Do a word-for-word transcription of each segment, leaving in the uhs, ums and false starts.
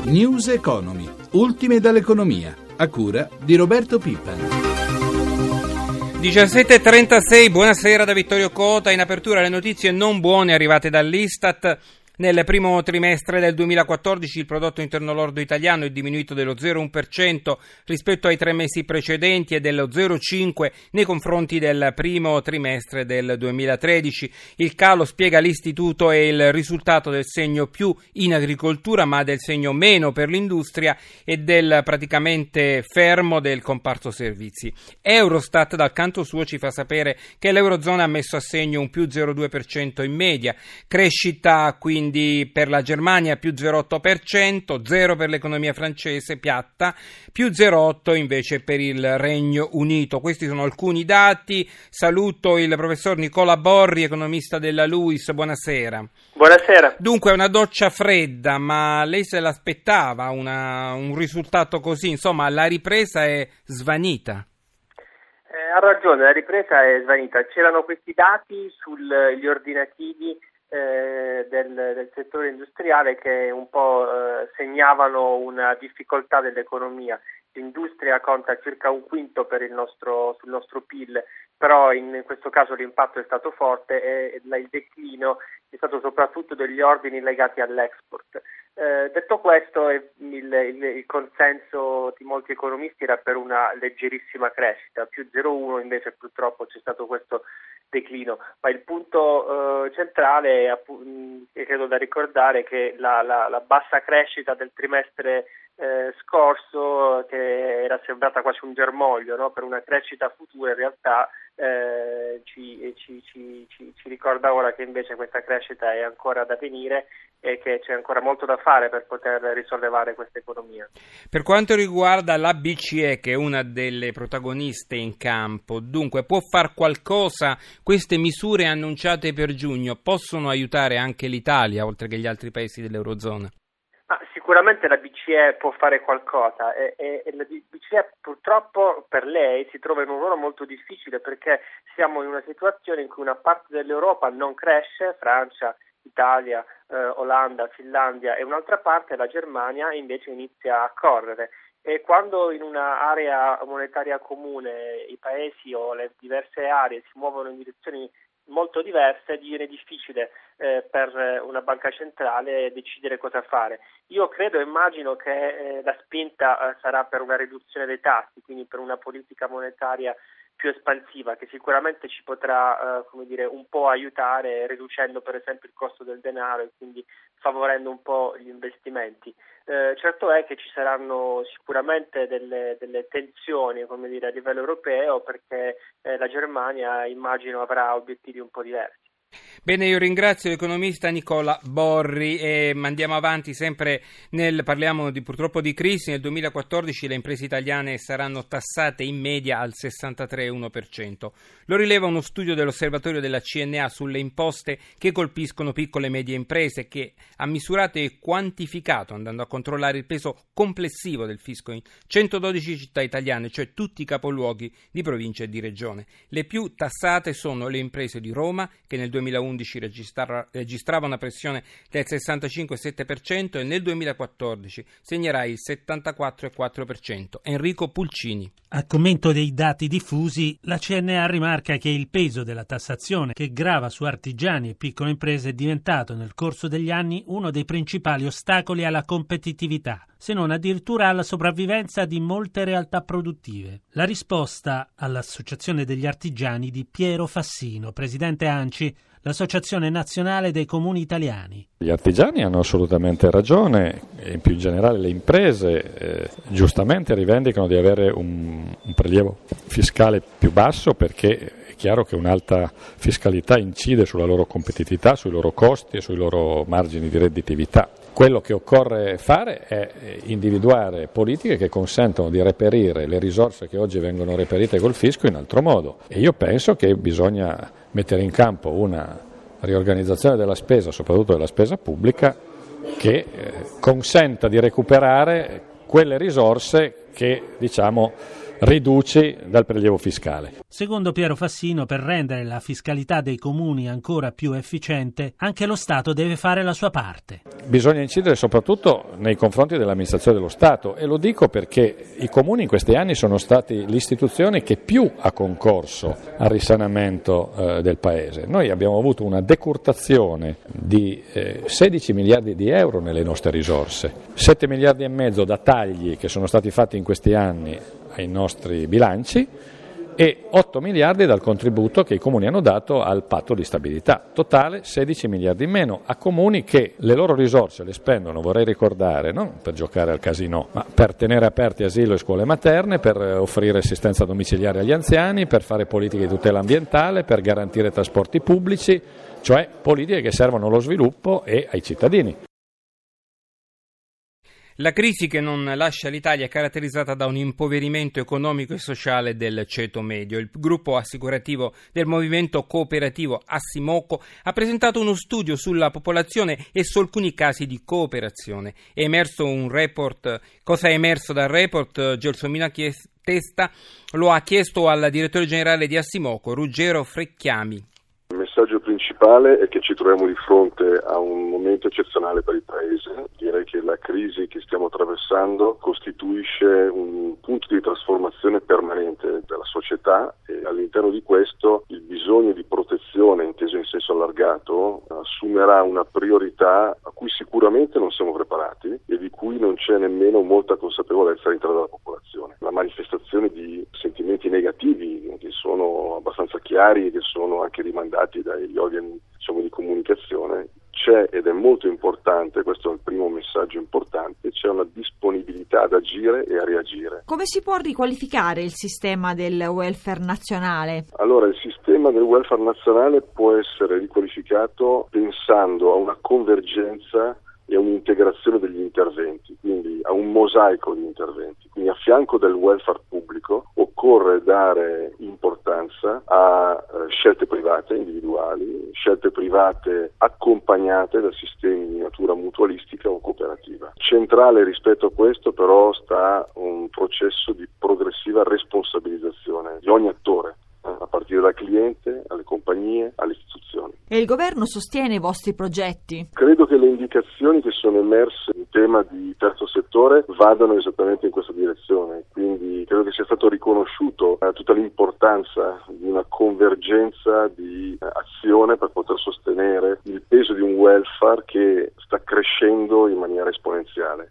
News Economy, ultime dall'economia, a cura di Roberto Pippa. diciassette e trentasei, buonasera da Vittorio Cota. In apertura le notizie non buone arrivate dall'Istat. Nel primo trimestre del duemilaquattordici il prodotto interno lordo italiano è diminuito dello zero virgola uno per cento rispetto ai tre mesi precedenti e dello zero virgola cinque per cento nei confronti del primo trimestre del duemilatredici. Il calo, spiega l'Istituto, è il risultato del segno più in agricoltura ma del segno meno per l'industria e del praticamente fermo del comparto servizi. Eurostat dal canto suo ci fa sapere che l'Eurozona ha messo a segno un più zero virgola due per cento in media, crescita quindi Quindi per la Germania più zero virgola otto per cento, zero per l'economia francese piatta, più zero virgola otto invece per il Regno Unito. Questi sono alcuni dati. Saluto il professor Nicola Borri, economista della LUISS. Buonasera. Buonasera. Dunque una doccia fredda, ma lei se l'aspettava una, un risultato così? Insomma, la ripresa è svanita. Eh, ha ragione, la ripresa è svanita. C'erano questi dati sugli ordinativi Eh, del, del settore industriale che un po' eh, segnavano una difficoltà dell'economia. L'industria conta circa un quinto per il nostro, sul nostro P I L, però in questo caso l'impatto è stato forte e il declino è stato soprattutto degli ordini legati all'export. Eh, detto questo, il, il, il consenso di molti economisti era per una leggerissima crescita, più zero virgola uno, invece purtroppo c'è stato questo declino, ma il punto eh, centrale è, è credo da ricordare che la, la, la bassa crescita del trimestre eh, scorso, che era sembrata quasi un germoglio, no? Per una crescita futura, in realtà eh, ci, ci, ci, ci, ci ricorda ora che invece questa crescita è ancora da venire e che c'è ancora molto da fare per poter risollevare questa economia. Per quanto riguarda la B C E, che è una delle protagoniste in campo, dunque può far qualcosa? Queste misure annunciate per giugno possono aiutare anche l'Italia, oltre che gli altri paesi dell'Eurozona? Ah, sicuramente la B C E può fare qualcosa e, e, e la B C E purtroppo per lei si trova in un ruolo molto difficile, perché siamo in una situazione in cui una parte dell'Europa non cresce, Francia, Italia, eh, Olanda, Finlandia, e un'altra parte, la Germania, invece inizia a correre. E quando in un'area monetaria comune i paesi o le diverse aree si muovono in direzioni molto diverse, diviene difficile eh, per una banca centrale decidere cosa fare. Io credo e immagino che eh, la spinta eh, sarà per una riduzione dei tassi, quindi per una politica monetaria più espansiva, che sicuramente ci potrà eh, come dire, un po' aiutare, riducendo per esempio il costo del denaro e quindi favorendo un po' gli investimenti. Eh, certo è che ci saranno sicuramente delle, delle tensioni, come dire, a livello europeo, perché eh, la Germania, immagino, avrà obiettivi un po' diversi. Bene, io ringrazio l'economista Nicola Borri e andiamo avanti sempre nel, parliamo di, purtroppo di crisi. Nel duemilaquattordici le imprese italiane saranno tassate in media al sessantatré virgola uno per cento. Lo rileva uno studio dell'osservatorio della C N A sulle imposte che colpiscono piccole e medie imprese, che ha misurato e quantificato, andando a controllare il peso complessivo del fisco in centododici città italiane, cioè tutti i capoluoghi di provincia e di regione. Le più tassate sono le imprese di Roma, che nel duemilaundici registra, registrava una pressione del sessantacinque virgola sette per cento e nel duemilaquattordici segnerà il settantaquattro virgola quattro per cento. Enrico Pulcini. A commento dei dati diffusi, la C N A rimarca che il peso della tassazione che grava su artigiani e piccole imprese è diventato nel corso degli anni uno dei principali ostacoli alla competitività, se non addirittura alla sopravvivenza di molte realtà produttive. La risposta all'Associazione degli Artigiani di Piero Fassino, presidente ANCI, l'Associazione Nazionale dei Comuni Italiani. Gli artigiani hanno assolutamente ragione e in più in generale le imprese eh, giustamente rivendicano di avere un, un prelievo fiscale più basso, perché è chiaro che un'alta fiscalità incide sulla loro competitività, sui loro costi e sui loro margini di redditività. Quello che occorre fare è individuare politiche che consentano di reperire le risorse che oggi vengono reperite col fisco in altro modo, e io penso che bisogna mettere in campo una riorganizzazione della spesa, soprattutto della spesa pubblica, che eh, consenta di recuperare quelle risorse che, diciamo, riduci dal prelievo fiscale. Secondo Piero Fassino, per rendere la fiscalità dei comuni ancora più efficiente, anche lo Stato deve fare la sua parte. Bisogna incidere soprattutto nei confronti dell'amministrazione dello Stato, e lo dico perché i comuni in questi anni sono stati l'istituzione che più ha concorso al risanamento eh, del Paese. Noi abbiamo avuto una decurtazione di eh, sedici miliardi di euro nelle nostre risorse, sette miliardi e mezzo da tagli che sono stati fatti in questi anni ai nostri bilanci e otto miliardi dal contributo che i comuni hanno dato al patto di stabilità. Totale sedici miliardi in meno a comuni che le loro risorse le spendono, vorrei ricordare, non per giocare al casino, ma per tenere aperti asilo e scuole materne, per offrire assistenza domiciliare agli anziani, per fare politiche di tutela ambientale, per garantire trasporti pubblici, cioè politiche che servono allo sviluppo e ai cittadini. La crisi che non lascia l'Italia è caratterizzata da un impoverimento economico e sociale del ceto medio. Il gruppo assicurativo del movimento cooperativo Assimoco ha presentato uno studio sulla popolazione e su alcuni casi di cooperazione. È emerso un report. Cosa è emerso dal report? Gelsomino Testa lo ha chiesto al direttore generale di Assimoco, Ruggero Frecchiami. Il messaggio principale è che ci troviamo di fronte a un momento eccezionale per il Paese. Direi che la crisi che stiamo attraversando costituisce un punto di trasformazione permanente della società e all'interno di questo il bisogno di protezione, inteso in senso allargato, assumerà una priorità a cui sicuramente non siamo preparati e di cui non c'è nemmeno molta consapevolezza all'interno della popolazione. La manifestazione di sentimenti negativi che sono abbastanza chiari e che sono anche rimandati dagli organi, diciamo, di comunicazione c'è ed è molto importante, questo è il primo messaggio importante, c'è una disponibilità ad agire e a reagire. Come si può riqualificare il sistema del welfare nazionale? Allora, il sistema del welfare nazionale può essere riqualificato pensando a una convergenza e a un'integrazione degli interventi, quindi a un mosaico di interventi. Quindi a fianco del welfare pubblico occorre dare importanza a eh, scelte private individuali, scelte private accompagnate da sistemi di natura mutualistica o cooperativa. Centrale rispetto a questo però sta un processo di progressiva responsabilizzazione di ogni attore, a partire dal cliente, alle compagnie, alle istituzioni. E il governo sostiene i vostri progetti? Credo che le indicazioni che sono emerse in tema di terzo settore vadano esattamente in questa direzione, quindi credo che sia stato riconosciuto eh, tutta l'importanza di una convergenza di eh, azione per poter sostenere il peso di un welfare che sta crescendo in maniera esponenziale.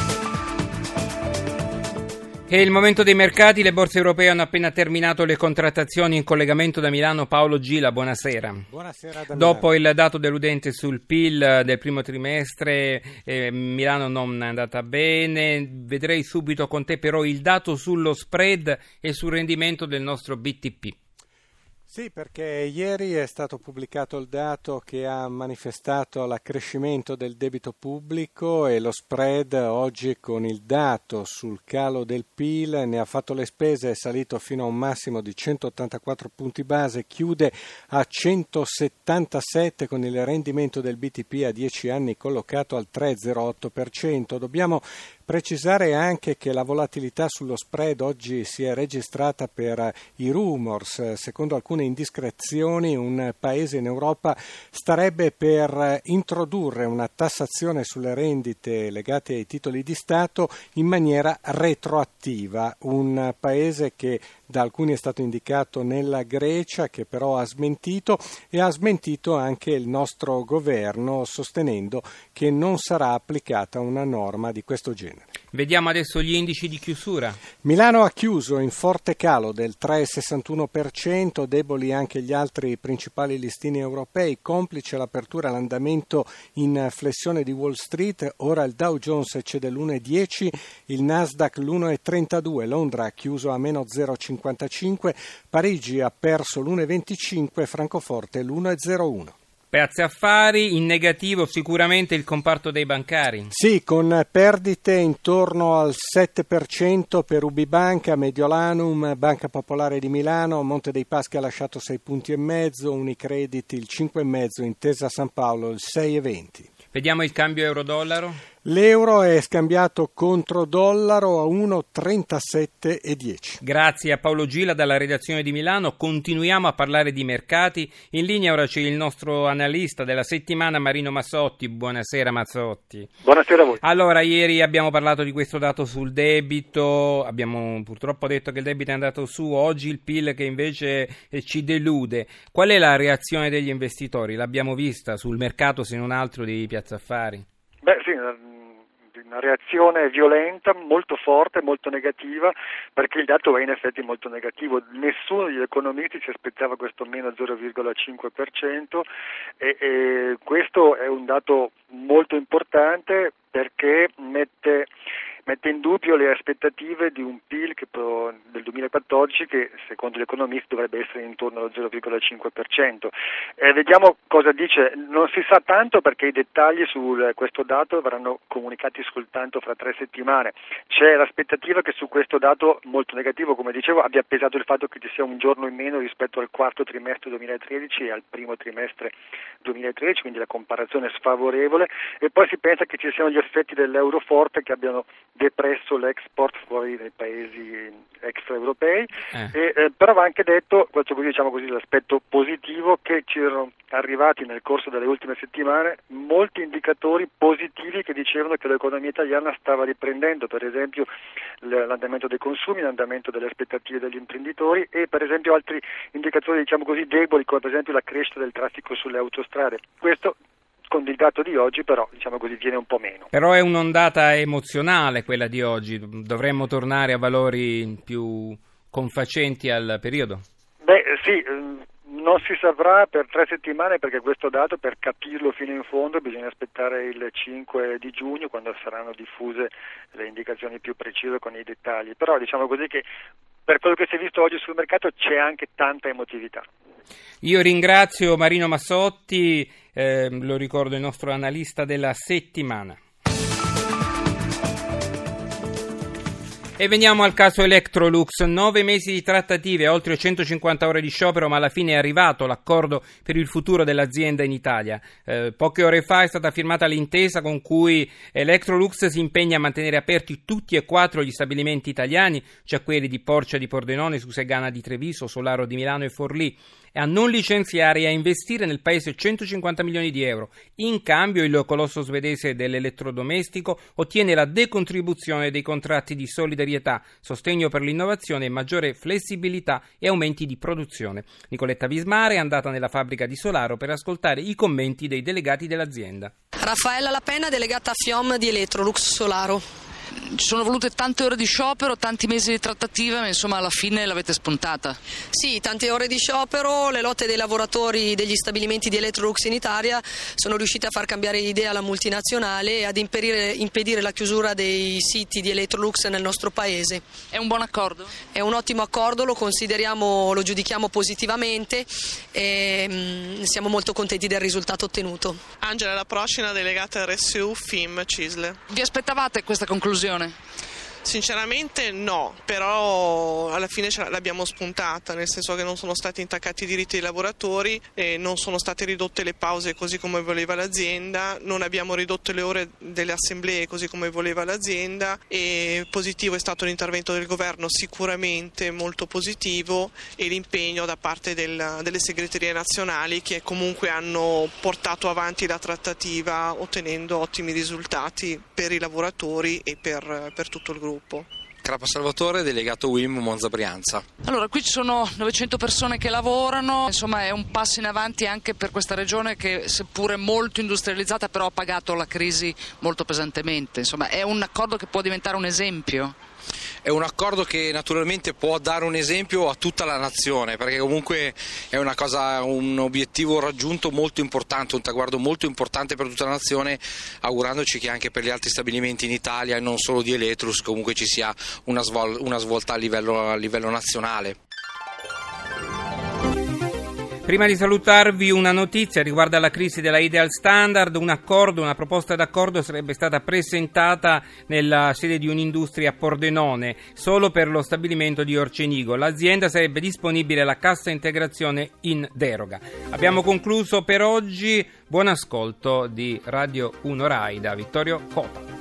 È il momento dei mercati, le borse europee hanno appena terminato le contrattazioni. In collegamento da Milano Paolo Gila, buonasera. Buonasera da Dopo il dato deludente sul P I L del primo trimestre, eh, Milano non è andata bene, vedrei subito con te però il dato sullo spread e sul rendimento del nostro B T P. Sì, perché ieri è stato pubblicato il dato che ha manifestato l'accrescimento del debito pubblico e lo spread oggi con il dato sul calo del P I L ne ha fatto le spese, è salito fino a un massimo di centottantaquattro punti base, chiude a centosettantasette con il rendimento del B T P a dieci anni collocato al tre virgola zero otto per cento. Dobbiamo precisare anche che la volatilità sullo spread oggi si è registrata per i rumors. Secondo alcune indiscrezioni un paese in Europa starebbe per introdurre una tassazione sulle rendite legate ai titoli di Stato in maniera retroattiva. Un paese che da alcuni è stato indicato nella Grecia, che però ha smentito, e ha smentito anche il nostro governo sostenendo che non sarà applicata una norma di questo genere. Vediamo adesso gli indici di chiusura. Milano ha chiuso in forte calo del tre virgola sessantuno per cento, deboli anche gli altri principali listini europei, complice l'apertura e l'andamento in flessione di Wall Street. Ora il Dow Jones cede l'uno virgola dieci, il Nasdaq l'uno virgola trentadue, Londra ha chiuso a meno zero virgola cinquantacinque, Parigi ha perso l'uno virgola venticinque, Francoforte l'uno virgola zero uno. Piazza Affari, in negativo sicuramente il comparto dei bancari. Sì, con perdite intorno al sette per cento per Ubibanca, Mediolanum, Banca Popolare di Milano, Monte dei Paschi ha lasciato sei punti e mezzo, Unicredit il cinque e mezzo, Intesa San Paolo il sei virgola venti. Vediamo il cambio euro-dollaro. L'euro è scambiato contro dollaro a uno virgola trentasette e dieci. Grazie a Paolo Gila dalla redazione di Milano. Continuiamo a parlare di mercati. In linea ora c'è il nostro analista della settimana, Marino Mazzotti. Buonasera Mazzotti. Buonasera a voi. Allora, ieri abbiamo parlato di questo dato sul debito, abbiamo purtroppo detto che il debito è andato su, oggi il P I L che invece ci delude. Qual è la reazione degli investitori? L'abbiamo vista sul mercato, se non altro, di Piazza Affari? Beh sì, una reazione violenta, molto forte, molto negativa, perché il dato è in effetti molto negativo. Nessuno degli economisti si aspettava questo meno zero virgola cinque per cento e, e questo è un dato molto importante perché mette mette in dubbio le aspettative di un P I L che pro, del duemilaquattordici che secondo gli economisti dovrebbe essere intorno allo zero virgola cinque per cento. Eh, vediamo cosa dice. Non si sa tanto perché i dettagli su questo dato verranno comunicati soltanto fra tre settimane. C'è l'aspettativa che su questo dato molto negativo, come dicevo, abbia pesato il fatto che ci sia un giorno in meno rispetto al quarto trimestre duemilatredici e al primo trimestre duemilatredici, quindi la comparazione è sfavorevole, e poi si pensa che ci siano gli effetti dell'euro forte che abbiano depresso l'export fuori dai paesi extraeuropei, eh. e, eh, però va anche detto, questo così, diciamo così, l'aspetto positivo, che ci erano arrivati nel corso delle ultime settimane molti indicatori positivi che dicevano che l'economia italiana stava riprendendo, per esempio l'andamento dei consumi, l'andamento delle aspettative degli imprenditori e per esempio altri indicatori, diciamo così, deboli, come per esempio la crescita del traffico sulle autostrade. Questo con il dato di oggi però, diciamo così, viene un po' meno. Però è un'ondata emozionale quella di oggi, dovremmo tornare a valori più confacenti al periodo? Beh sì, non si saprà per tre settimane perché questo dato, per capirlo fino in fondo, bisogna aspettare il cinque di giugno, quando saranno diffuse le indicazioni più precise con i dettagli. Però diciamo così che per quello che si è visto oggi sul mercato c'è anche tanta emotività. Io ringrazio Marino Mazzotti, eh, lo ricordo, il nostro analista della settimana. E veniamo al caso Electrolux. Nove mesi di trattative, oltre centocinquanta ore di sciopero, ma alla fine è arrivato l'accordo per il futuro dell'azienda in Italia. Eh, poche ore fa è stata firmata l'intesa con cui Electrolux si impegna a mantenere aperti tutti e quattro gli stabilimenti italiani, cioè quelli di Porcia di Pordenone, Susegana di Treviso, Solaro di Milano e Forlì, e a non licenziare e a investire nel paese centocinquanta milioni di euro. In cambio il colosso svedese dell'elettrodomestico ottiene la decontribuzione dei contratti di solidarietà, sostegno per l'innovazione, maggiore flessibilità e aumenti di produzione. Nicoletta Vismare è andata nella fabbrica di Solaro per ascoltare i commenti dei delegati dell'azienda. Raffaella Lapenna, delegata F I O M di Electrolux Solaro. Ci sono volute tante ore di sciopero, tanti mesi di trattative, ma insomma alla fine l'avete spuntata. Sì, tante ore di sciopero, le lotte dei lavoratori degli stabilimenti di Electrolux in Italia sono riuscite a far cambiare idea alla multinazionale e ad impedire, impedire la chiusura dei siti di Electrolux nel nostro paese. È un buon accordo? È un ottimo accordo, lo consideriamo, lo giudichiamo positivamente e mh, siamo molto contenti del risultato ottenuto. Angela La Procina, delegata R S U F I M Cisle. Vi aspettavate questa conclusione? Sinceramente no, però alla fine ce l'abbiamo spuntata, nel senso che non sono stati intaccati i diritti dei lavoratori, e non sono state ridotte le pause così come voleva l'azienda, non abbiamo ridotto le ore delle assemblee così come voleva l'azienda, e positivo è stato l'intervento del governo, sicuramente molto positivo, e l'impegno da parte del, delle segreterie nazionali che comunque hanno portato avanti la trattativa ottenendo ottimi risultati per i lavoratori e per, per tutto il gruppo. Crapa Salvatore, delegato U I M Monza Brianza. Allora, qui ci sono novecento persone che lavorano, insomma è un passo in avanti anche per questa regione che, seppure molto industrializzata, però ha pagato la crisi molto pesantemente. Insomma, è un accordo che può diventare un esempio. È un accordo che naturalmente può dare un esempio a tutta la nazione, perché comunque è una cosa, un obiettivo raggiunto molto importante, un traguardo molto importante per tutta la nazione, augurandoci che anche per gli altri stabilimenti in Italia e non solo di Electrolux comunque ci sia una, svol- una svolta a livello, a livello nazionale. Prima di salutarvi una notizia riguardo alla crisi della Ideal Standard. Un accordo, una proposta d'accordo sarebbe stata presentata nella sede di Un'Industria a Pordenone solo per lo stabilimento di Orcenigo. L'azienda sarebbe disponibile alla cassa integrazione in deroga. Abbiamo concluso per oggi. Buon ascolto di Radio uno Rai da Vittorio Cota.